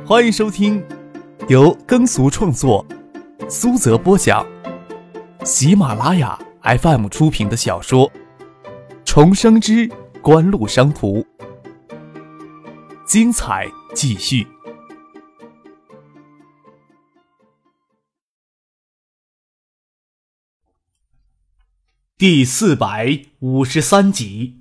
欢迎收听由耕俗创作、苏泽播讲、喜马拉雅 FM 出品的小说《重生之官路商途》，精彩继续。第453集。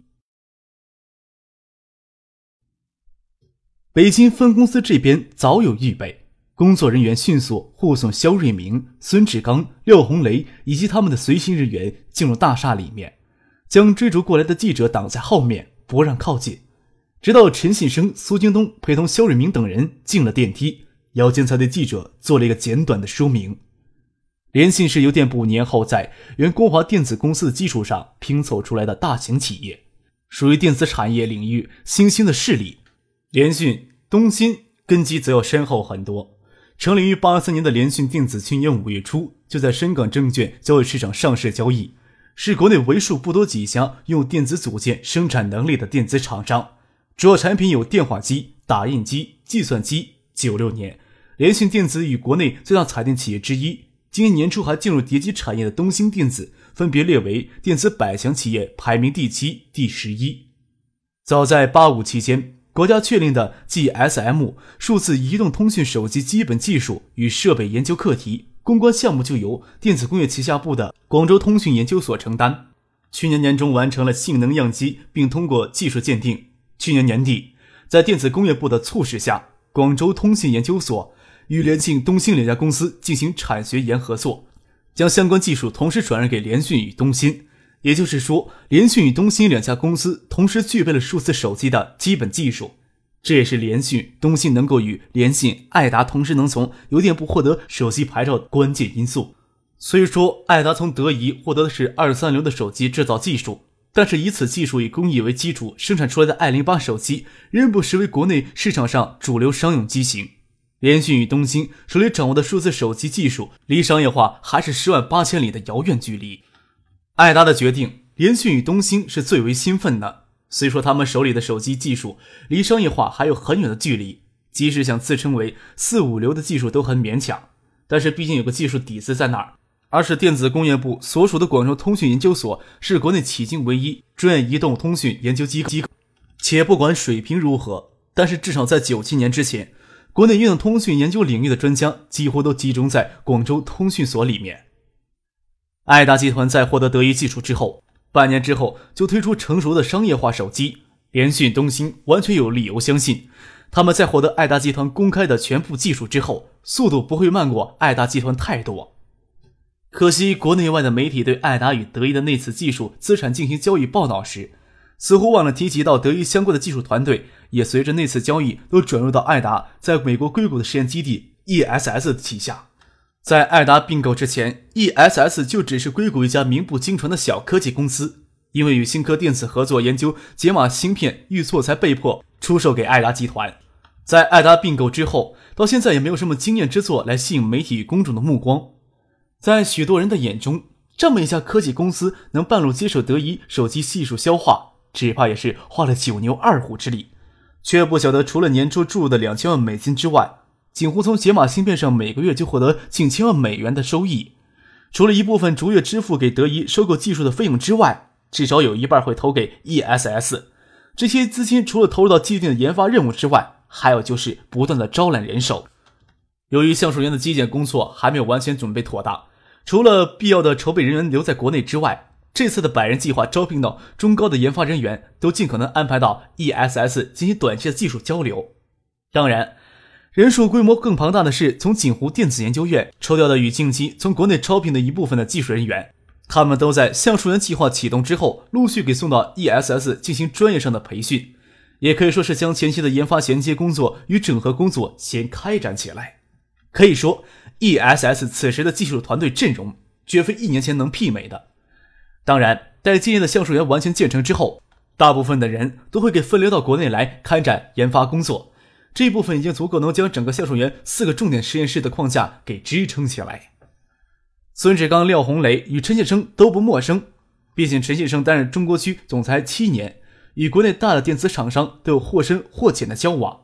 北京分公司这边早有预备，工作人员迅速护送肖瑞明、孙志刚、廖红雷以及他们的随行人员进入大厦里面，将追逐过来的记者挡在后面，不让靠近。直到陈信生、苏京东陪同肖瑞明等人进了电梯，姚坚才对记者做了一个简短的说明。联信是邮电部年后在原光华电子公司的基础上拼凑出来的大型企业，属于电子产业领域新兴的势力。联讯、东芯根基则要深厚很多。成立于83年的联讯电子去年5月初就在深港证券交易市场上市交易，是国内为数不多几家用电子组件生产能力的电子厂商，主要产品有电话机、打印机、计算机。96年，联讯电子与国内最大彩电企业之一，今年年初还进入叠机产业的东芯电子分别列为电子100强企业排名第7、第11。早在85期间，国家确定的 GSM 数字移动通讯手机基本技术与设备研究课题攻关项目就由电子工业旗下部的广州通讯研究所承担。去年年中完成了性能样机并通过技术鉴定。去年年底，在电子工业部的促使下，广州通信研究所与联信、东芯两家公司进行产学研合作，将相关技术同时转让给联讯与东芯。也就是说，联讯与东芯两家公司同时具备了数字手机的基本技术，这也是联讯、东芯能够与联信、爱达同时能从邮电部获得手机牌照的关键因素。虽说爱达从德仪获得的是2.3流的手机制造技术，但是以此技术与工艺为基础生产出来的i08手机仍不实为国内市场上主流商用机型。联讯与东芯手里掌握的数字手机技术离商业化还是10万8千里的遥远距离。爱达的决定，联讯与东芯是最为兴奋的。虽说他们手里的手机技术离商业化还有很远的距离，即使想自称为4、5流的技术都很勉强，但是毕竟有个技术底子在那儿。而是电子工业部所属的广州通讯研究所是国内迄今唯一专业移动通讯研究机构，且不管水平如何，但是至少在97年之前，国内移动通讯研究领域的专家几乎都集中在广州通讯所里面。爱达集团在获得德仪技术之后，半年之后就推出成熟的商业化手机。联讯、东芯完全有理由相信，他们在获得爱达集团公开的全部技术之后，速度不会慢过爱达集团太多。可惜国内外的媒体对爱达与德仪的那次技术资产进行交易报道时，似乎忘了提及到德仪相关的技术团队也随着那次交易都转入到爱达在美国硅谷的实验基地 ESS 的旗下。在爱达并购之前， ESS 就只是硅谷一家名不经传的小科技公司，因为与新科电子合作研究解码芯片遇挫才被迫出售给爱达集团。在爱达并购之后，到现在也没有什么惊艳之作来吸引媒体与公众的目光。在许多人的眼中，这么一家科技公司能半路接手德仪手机技术消化，只怕也是花了9牛2虎之力，却不晓得除了年初注入的2000万美金之外，锦湖从解码芯片上每个月就获得近1000万美元的收益。除了一部分逐月支付给德仪收购技术的费用之外，至少有一半会投给 ESS。 这些资金除了投入到既定的研发任务之外，还有就是不断的招揽人手。由于橡树园的基建工作还没有完全准备妥当，除了必要的筹备人员留在国内之外，这次的100人计划招聘到中高的研发人员都尽可能安排到 ESS 进行短期的技术交流。当然，人数规模更庞大的是从锦湖电子研究院抽调的与近期从国内招聘的一部分的技术人员，他们都在橡树园计划启动之后陆续给送到 ESS 进行专业上的培训，也可以说是将前期的研发衔接工作与整合工作先开展起来。可以说 ESS 此时的技术团队阵容绝非1年前能媲美的。当然，待今年的橡树园完全建成之后，大部分的人都会给分流到国内来开展研发工作，这一部分已经足够能将整个橡树园4个重点实验室的框架给支撑起来。孙志刚、廖红雷与陈信生都不陌生，毕竟陈信生担任中国区总裁7年，与国内大的电子厂商都有或深或浅的交往。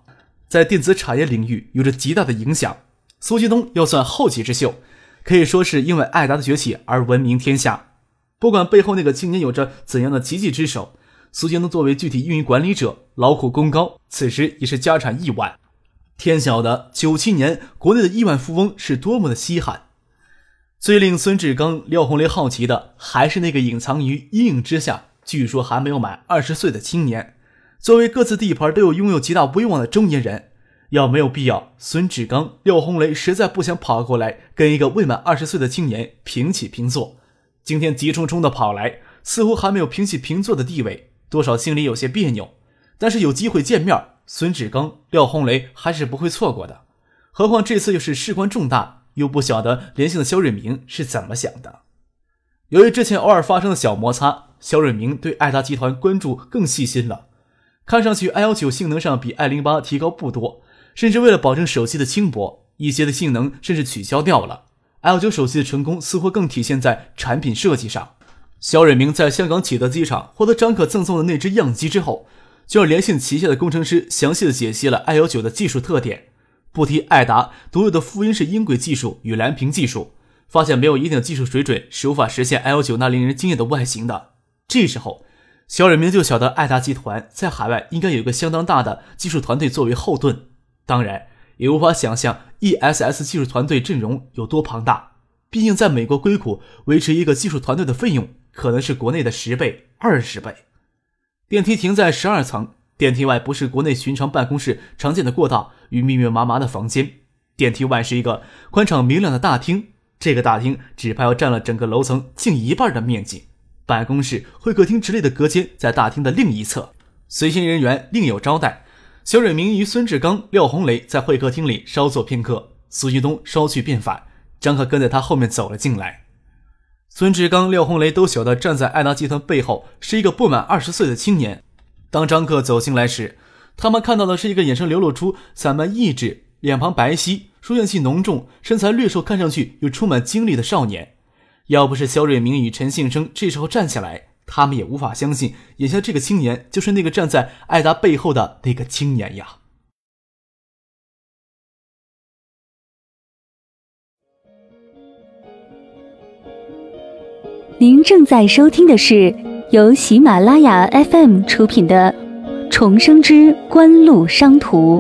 在电子产业领域有着极大的影响。苏京东要算后起之秀，可以说是因为爱达的崛起而闻名天下。不管背后那个青年有着怎样的奇迹之手，苏京东作为具体运营管理者，劳苦功高，此时也是家产亿万。天晓得97年国内的亿万富翁是多么的稀罕。最令孙志刚、廖红雷好奇的还是那个隐藏于阴影之下，据说还没有满20岁的青年。作为各自地盘都有拥有极大威望的中年人，要没有必要，孙志刚、廖红雷实在不想跑过来跟一个未满20岁的青年平起平坐。今天急冲冲的跑来，似乎还没有平起平坐的地位，多少心里有些别扭。但是有机会见面，孙志刚、廖红雷还是不会错过的。何况这次又是事关重大，又不晓得联系的肖瑞明是怎么想的。由于之前偶尔发生的小摩擦，肖瑞明对爱达集团关注更细心了。看上去 i19 性能上比 i08 提高不多，甚至为了保证手机的轻薄，一些的性能甚至取消掉了。i9 手机的成功似乎更体现在产品设计上。肖瑞明在香港启德机场获得张可赠送的那只样机之后，就让联信旗下的工程师详细的解析了 i19 的技术特点。不提爱达独有的复音式音轨技术与蓝屏技术，发现没有一定的技术水准是无法实现 i9 那令人惊艳的外形的。这时候肖瑞明就晓得爱达集团在海外应该有一个相当大的技术团队作为后盾，当然也无法想象 ESS 技术团队阵容有多庞大。毕竟在美国硅谷维持一个技术团队的费用可能是国内的10倍、20倍。电梯停在12层，电梯外不是国内寻常办公室常见的过道与密密麻麻的房间，电梯外是一个宽敞明亮的大厅，这个大厅只怕要占了整个楼层近一半的面积。办公室、会客厅之类的隔间在大厅的另一侧，随行人员另有招待。肖瑞明与孙志刚、廖红雷在会客厅里稍坐片刻，苏京东稍去便返，张可跟在他后面走了进来。孙志刚、廖红雷都晓得站在爱达集团背后是一个不满20岁的青年。当张可走进来时，他们看到的是一个眼神流露出散漫意志、脸庞白皙、书卷气浓重、身材略瘦，看上去又充满精力的少年。要不是肖瑞明与陈信生这时候站起来，他们也无法相信眼下这个青年就是那个站在爱达背后的那个青年呀。 您正在收听的是由喜马拉雅 FM 出品的《重生之官路商途》。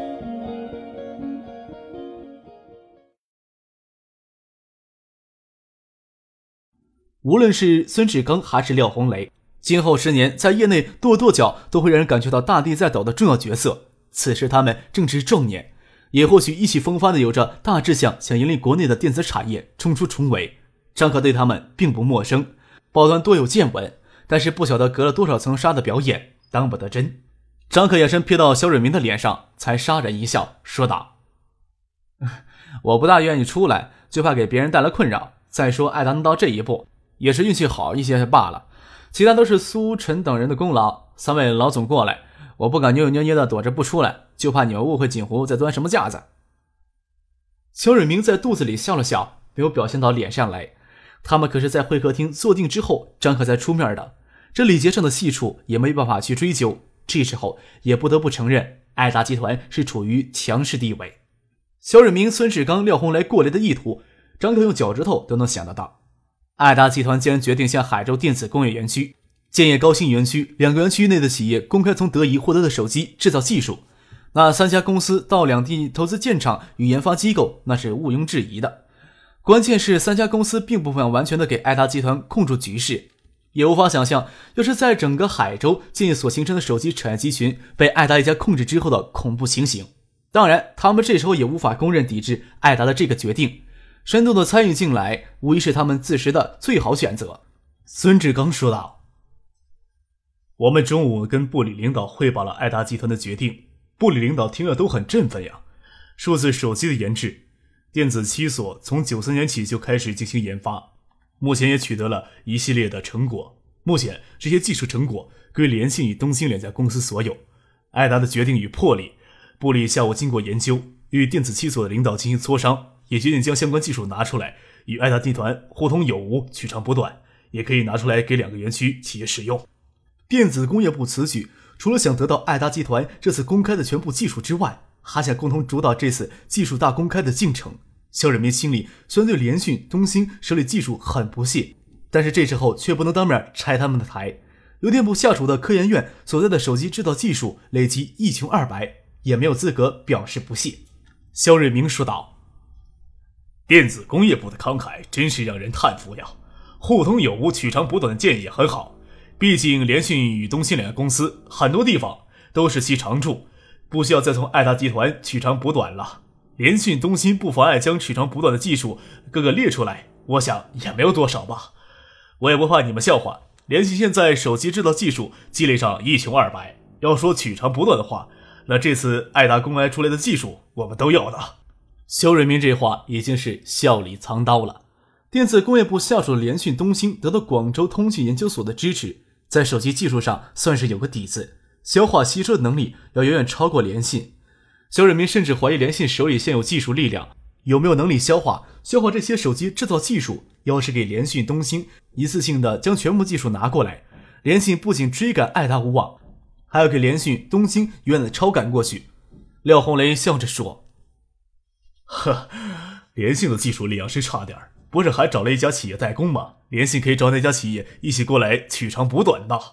无论是孙志刚还是廖红雷，今后10年在业内跺跺脚都会让人感觉到大地在抖的重要角色。此时他们正值壮年，也或许意气风发的有着大志向，想引领国内的电子产业冲出重围。张可对他们并不陌生，报端多有见闻，但是不晓得隔了多少层纱的表演，当不得真。张可眼神瞥到肖瑞明的脸上，才杀人一笑，说道：我不大愿意出来，就怕给别人带来困扰。再说爱达能到这一步，也是运气好一些罢了，其他都是苏晨等人的功劳。3位老总过来，我不敢扭扭捏捏的躲着不出来，就怕你们误会锦湖在端什么架子。肖瑞明在肚子里笑了笑，没有表现到脸上来。他们可是在会客厅坐定之后，张可才出面的，这礼节上的细处也没办法去追究。这时候也不得不承认，爱达集团是处于强势地位。肖瑞明、孙志刚、廖红雷过来的意图，张可用脚趾头都能想得到。爱达集团既然决定向海州电子工业园区、建业高新园区2个园区内的企业公开从德仪获得的手机制造技术，那3家公司到两地投资建厂与研发机构，那是毋庸置疑的。关键是3家公司并不想完全的给爱达集团控住局势，也无法想象要是在整个海州建业所形成的手机产业集群被爱达一家控制之后的恐怖情形。当然他们这时候也无法公认抵制爱达的这个决定，深度的参与进来无疑是他们自食的最好选择。孙志刚说道：我们中午跟部里领导汇报了爱达集团的决定，部里领导听了都很振奋呀。数字手机的研制，电子7所从93年起就开始进行研发，目前也取得了一系列的成果。目前这些技术成果归联信与东兴2家公司所有。爱达的决定与魄力，部里下午经过研究，与电子7所的领导进行磋商，也决定将相关技术拿出来，与爱达集团互通有无，取长补短，也可以拿出来给2个园区企业使用。电子工业部此举除了想得到爱达集团这次公开的全部技术之外， 还想共同主导这次技术大公开的进程。肖瑞明心里虽然对联讯、东兴手里技术很不屑，但是这时候却不能当面拆他们的台。邮电部下属的科研院所在的手机制造技术累积一穷二白，也没有资格表示不屑。肖瑞明说道：电子工业部的慷慨真是让人叹服呀，互通有无、取长补短的建议也很好。毕竟联讯与东兴两家公司很多地方都是其长处，不需要再从爱达集团取长补短了。联讯、东兴不妨碍将取长补短的技术各个列出来，我想也没有多少吧。我也不怕你们笑话，联讯现在手机制造技术积累上一穷二白，要说取长补短的话，那这次爱达公开出来的技术我们都要的。肖瑞明这话已经是笑里藏刀了。电子工业部下属的联讯、东兴得到广州通讯研究所的支持，在手机技术上算是有个底子，消化吸收的能力要远远超过联讯。肖瑞明甚至怀疑联讯手里现有技术力量有没有能力消化这些手机制造技术。要是给联讯、东兴一次性的将全部技术拿过来，联讯不仅追赶爱达无望，还要给联讯、东兴远远的超赶过去。廖红雷笑着说：呵，联讯的技术力量是差点，不是还找了一家企业代工吗？联讯可以找那家企业一起过来取长补短的。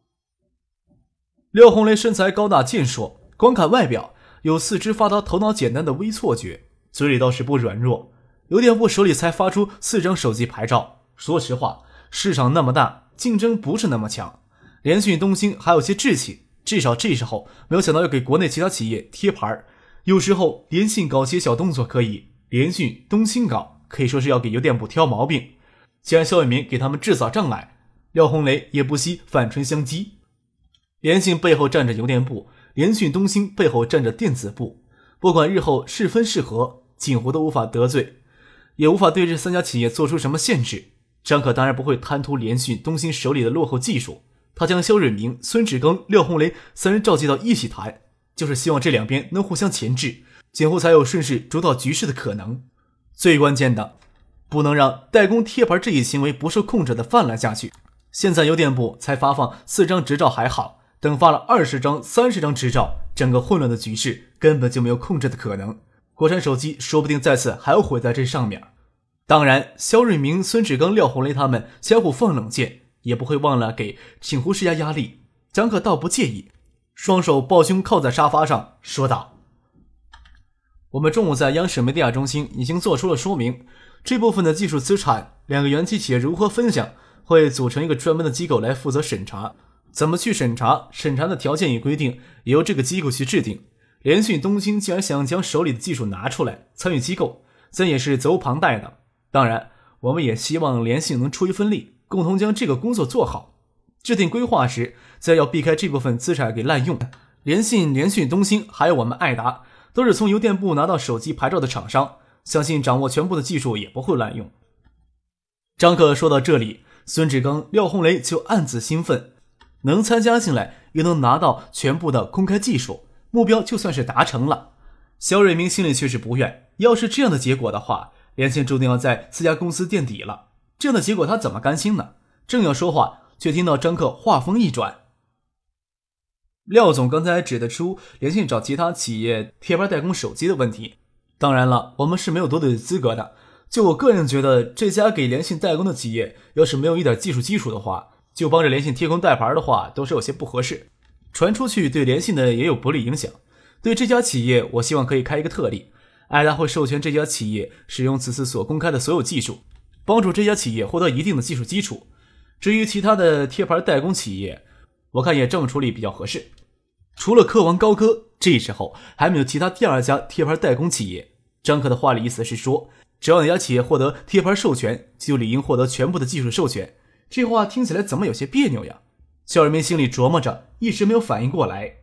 廖红雷身材高大健硕，光看外表有四肢发达、头脑简单的微错觉，嘴里倒是不软弱。邮电部手里才发出4张手机牌照，说实话，市场那么大，竞争不是那么强。联讯、东兴还有些志气，至少这时候没有想到要给国内其他企业贴牌。有时候联讯搞些小动作可以，联讯、东兴搞可以说是要给邮电部挑毛病。既然肖伟民给他们制造障碍，廖红雷也不惜反唇相讥。联讯背后站着邮电部，联讯、东兴背后站着电子部，不管日后是分是合，锦湖都无法得罪，也无法对这3家企业做出什么限制。张可当然不会贪图联讯、东兴手里的落后技术，他将肖瑞明、孙志刚、廖红雷3人召集到一起谈，就是希望这两边能互相钳制，锦湖才有顺势主导局势的可能。最关键的，不能让代工贴牌这一行为不受控制的泛滥下去。现在邮电部才发放4张执照还好，等发了20张、30张执照，整个混乱的局势根本就没有控制的可能。国产手机说不定再次还要毁在这上面。当然，肖瑞明、孙志刚、廖红雷他们相互放冷箭，也不会忘了给锦湖施加压力。张可倒不介意，双手抱胸靠在沙发上说道：我们中午在央视媒体亚中心已经做出了说明，这部分的技术资产2个元气企业如何分享，会组成一个专门的机构来负责审查。怎么去审查，审查的条件与规定也由这个机构去制定。联讯、东兴既然想将手里的技术拿出来参与机构，咱也是责无旁贷的。当然，我们也希望联讯能出一份力，共同将这个工作做好。制定规划时，再要避开这部分资产给滥用。联讯、东兴还有我们爱达，都是从邮电部拿到手机牌照的厂商，相信掌握全部的技术也不会滥用。张可说到这里，孙志刚、廖红雷就暗自兴奋，能参加进来，又能拿到全部的公开技术，目标就算是达成了。肖瑞明心里却是不愿，要是这样的结果的话，联讯注定要在4家公司垫底了。这样的结果他怎么甘心呢？正要说话，却听到张克话锋一转：廖总刚才指得出联讯找其他企业贴牌代工手机的问题，当然了，我们是没有夺嘴的资格的。就我个人觉得，这家给联讯代工的企业要是没有一点技术基础的话，就帮着联讯贴工带牌的话，都是有些不合适，传出去对联讯的也有不利影响。对这家企业，我希望可以开一个特例，爱达会授权这家企业使用此次所公开的所有技术，帮助这家企业获得一定的技术基础。至于其他的贴牌代工企业，我看也这么处理比较合适。除了科王、高科，这时候还没有其他第2家贴牌代工企业。张克的话里意思是说，只要哪家企业获得贴牌授权，就理应获得全部的技术授权。这话听起来怎么有些别扭呀？肖尔明心里琢磨着，一时没有反应过来。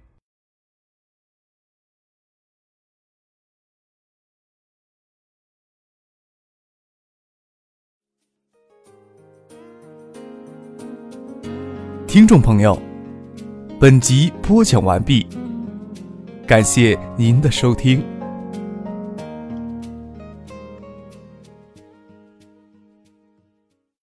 听众朋友，本集播讲完毕，感谢您的收听。